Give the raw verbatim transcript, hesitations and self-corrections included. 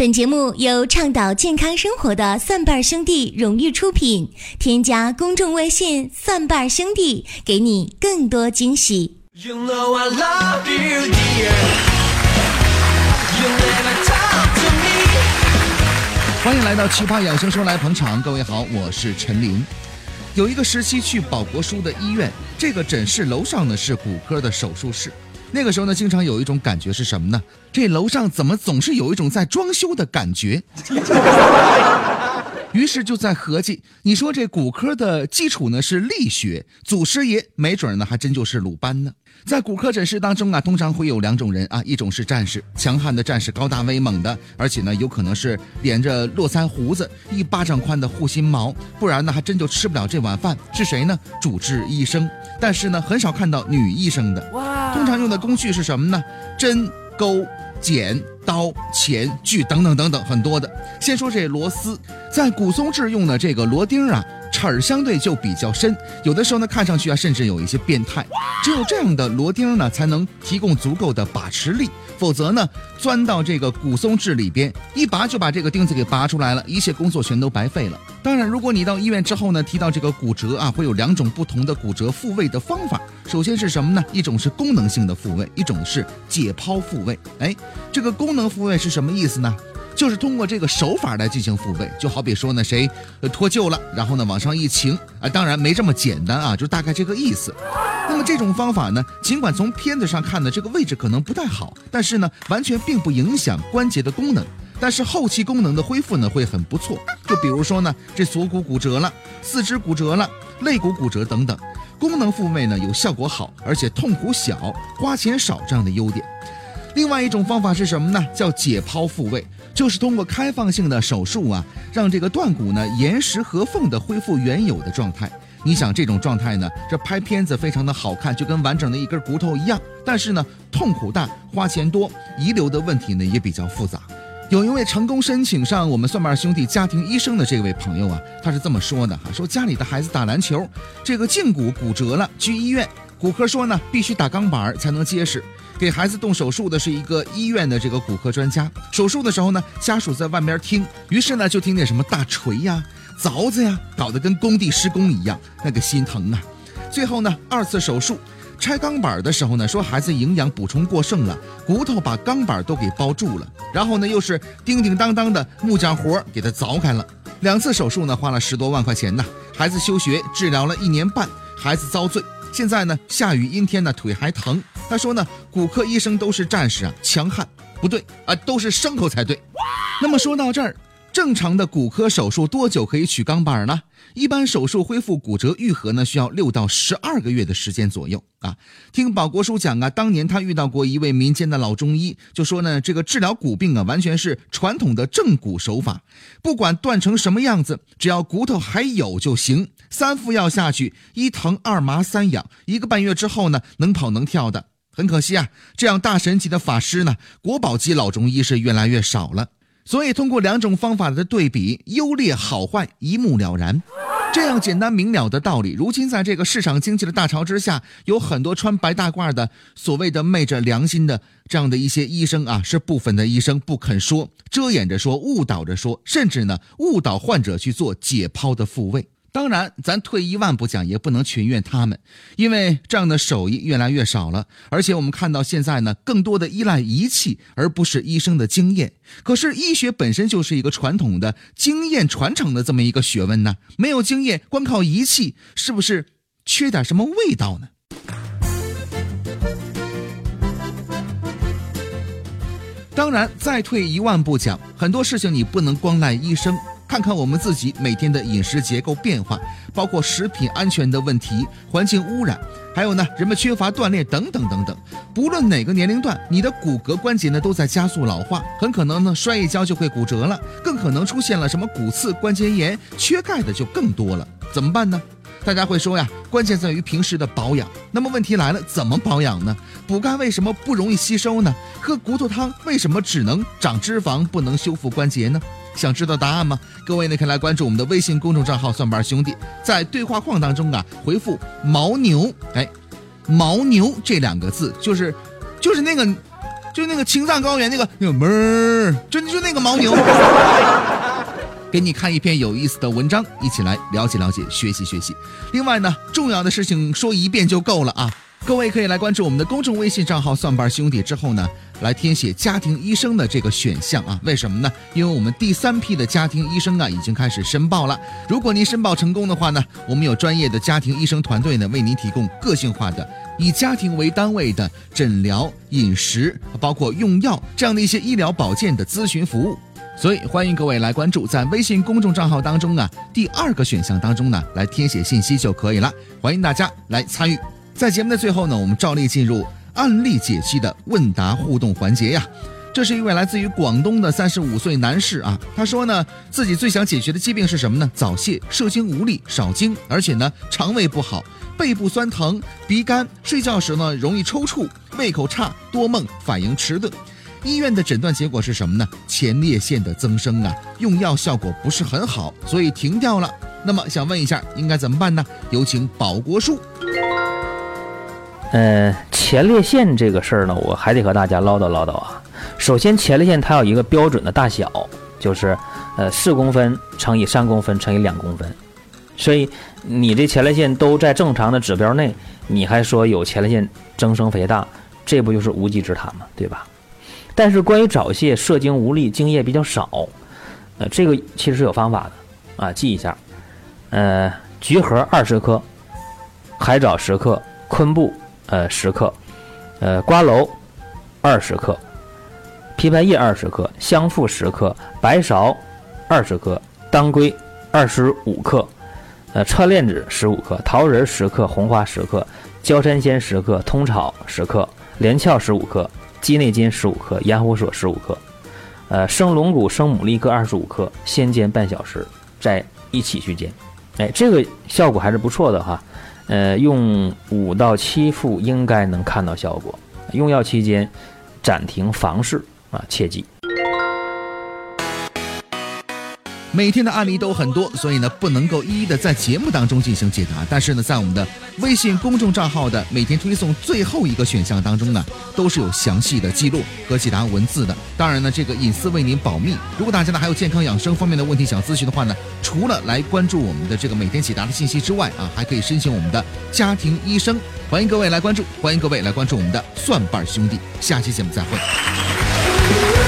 本节目由倡导健康生活的蒜瓣兄弟荣誉出品，添加公众微信蒜瓣兄弟，给你更多惊喜。You know I love you, dear. You never talk to me. 欢迎来到奇葩养生说来捧场，各位好，我是陈琳。有一个时期去保国书的医院，这个诊室楼上呢是骨科的手术室。那个时候呢，经常有一种感觉是什么呢？这楼上怎么总是有一种在装修的感觉？于是就在合计，你说这骨科的基础呢是力学，祖师爷没准呢还真就是鲁班呢。在骨科诊室当中啊，通常会有两种人啊，一种是战士，强悍的战士，高大威猛的，而且呢有可能是连着络腮胡子，一巴掌宽的护心毛，不然呢还真就吃不了这碗饭。是谁呢？主治医生。但是呢很少看到女医生的。通常用的工具是什么呢？针、钩、剪、刀、钳、锯等等等等，很多的。先说这螺丝，在骨松质用的这个螺钉啊，齿儿相对就比较深，有的时候呢看上去啊甚至有一些变态。只有这样的螺钉呢才能提供足够的把持力，否则呢钻到这个骨松质里边，一拔就把这个钉子给拔出来了，一切工作全都白费了。当然如果你到医院之后呢，提到这个骨折啊，会有两种不同的骨折复位的方法。首先是什么呢？一种是功能性的复位，一种是解剖复位。哎，这个功能复位是什么意思呢？就是通过这个手法来进行复位，就好比说呢，谁脱臼了，然后呢往上一擎啊，当然没这么简单啊，就大概这个意思。那么这种方法呢，尽管从片子上看的这个位置可能不太好，但是呢，完全并不影响关节的功能。但是后期功能的恢复呢会很不错，就比如说呢，这锁骨骨折了，四肢骨折了，肋骨骨折等等，功能复位呢有效果好，而且痛苦小，花钱少这样的优点。另外一种方法是什么呢？叫解剖复位，就是通过开放性的手术啊，让这个断骨呢严实合缝的恢复原有的状态。你想这种状态呢，这拍片子非常的好看，就跟完整的一根骨头一样，但是呢痛苦大，花钱多，遗留的问题呢也比较复杂。有一位成功申请上我们蒜瓣兄弟家庭医生的这位朋友啊，他是这么说的，说家里的孩子打篮球，这个胫骨骨折了，去医院，骨科说呢必须打钢板才能结实。给孩子动手术的是一个医院的这个骨科专家，手术的时候呢，家属在外面听，于是呢就听见什么大锤呀、凿子呀，搞得跟工地施工一样，那个心疼啊。最后呢，二次手术拆钢板的时候呢，说孩子营养补充过剩了，骨头把钢板都给包住了，然后呢又是叮叮当当的木匠活给他凿开了。两次手术呢花了十多万块钱呢，孩子休学治疗了一年半，孩子遭罪。现在呢下雨阴天呢腿还疼。他说呢，骨科医生都是战士啊，强悍不对啊，都是牲口才对。那么说到这儿，正常的骨科手术多久可以取钢板呢？一般手术恢复骨折愈合呢，需要六到十二个月的时间左右啊。听保国叔讲啊，当年他遇到过一位民间的老中医，就说呢，这个治疗骨病啊，完全是传统的正骨手法，不管断成什么样子，只要骨头还有就行。三副药下去，一疼二麻三痒，一个半月之后呢，能跑能跳的。很可惜啊，这样大神级的法师呢，国宝级老中医是越来越少了。所以通过两种方法的对比，优劣好坏一目了然。这样简单明了的道理，如今在这个市场经济的大潮之下，有很多穿白大褂的所谓的昧着良心的这样的一些医生啊，是部分的医生不肯说，遮掩着说，误导着说，甚至呢误导患者去做解剖的复位。当然咱退一万步讲，也不能全怨他们，因为这样的手艺越来越少了，而且我们看到现在呢，更多的依赖仪器而不是医生的经验。可是医学本身就是一个传统的经验传承的这么一个学问呢，没有经验光靠仪器，是不是缺点什么味道呢？当然再退一万步讲，很多事情你不能光赖医生，看看我们自己每天的饮食结构变化，包括食品安全的问题、环境污染，还有呢人们缺乏锻炼等等等等。不论哪个年龄段，你的骨骼关节呢都在加速老化，很可能呢摔一跤就会骨折了，更可能出现了什么骨刺、关节炎，缺钙的就更多了。怎么办呢？大家会说呀，关键在于平时的保养。那么问题来了，怎么保养呢？补钙为什么不容易吸收呢？喝骨头汤为什么只能长脂肪不能修复关节呢？想知道答案吗？各位呢可以来关注我们的微信公众账号蒜瓣兄弟，在对话框当中啊回复牦牛，哎，牦牛这两个字，就是就是那个就那个青藏高原那个那个门儿，就就那个牦牛。给你看一篇有意思的文章，一起来了解了解，学习学习。另外呢，重要的事情说一遍就够了啊！各位可以来关注我们的公众微信账号蒜瓣兄弟之后呢，来填写家庭医生的这个选项啊。为什么呢？因为我们第三批的家庭医生啊已经开始申报了。如果您申报成功的话呢，我们有专业的家庭医生团队呢，为您提供个性化的以家庭为单位的诊疗、饮食，包括用药这样的一些医疗保健的咨询服务。所以欢迎各位来关注，在微信公众账号当中啊，第二个选项当中呢，来填写信息就可以了。欢迎大家来参与。在节目的最后呢，我们照例进入案例解析的问答互动环节呀。这是一位来自于广东的三十五岁男士啊，他说呢，自己最想解决的疾病是什么呢？早泄、射精无力、少精，而且呢，肠胃不好，背部酸疼、鼻干，睡觉时呢容易抽搐，胃口差，多梦，反应迟钝。医院的诊断结果是什么呢？前列腺的增生啊，用药效果不是很好，所以停掉了。那么想问一下，应该怎么办呢？有请保国叔。 呃，前列腺这个事儿呢，我还得和大家唠叨唠叨啊。首先，前列腺它有一个标准的大小，就是呃四公分乘以三公分乘以两公分，所以你这前列腺都在正常的指标内，你还说有前列腺增生肥大，这不就是无稽之谈吗？对吧？但是关于早泄、射精无力、精液比较少，呃，这个其实是有方法的啊，记一下。呃，橘核二十克，海藻十克，昆布呃十克，呃瓜蒌二十克，枇杷叶二十克，香附十克，白芍二十克，当归二十五克，呃串链子十五克，桃仁十克，红花十克，焦山仙十克，通草十克，连翘十五克。鸡内金十五克，盐胡索十五克，呃，生龙骨、生牡蛎各二十五克，先煎半小时，再一起去煎。哎，这个效果还是不错的哈。呃，用五到七副应该能看到效果。用药期间暂停房事啊，切记。 每天的案例都很多，所以呢不能够一一的在节目当中进行解答，但是呢在我们的微信公众账号的每天推送最后一个选项当中呢，都是有详细的记录和解答文字的。当然呢这个隐私为您保密。如果大家呢还有健康养生方面的问题想咨询的话呢，除了来关注我们的这个每天解答的信息之外啊，还可以申请我们的家庭医生。欢迎各位来关注，欢迎各位来关注我们的蒜瓣兄弟。下期节目再会。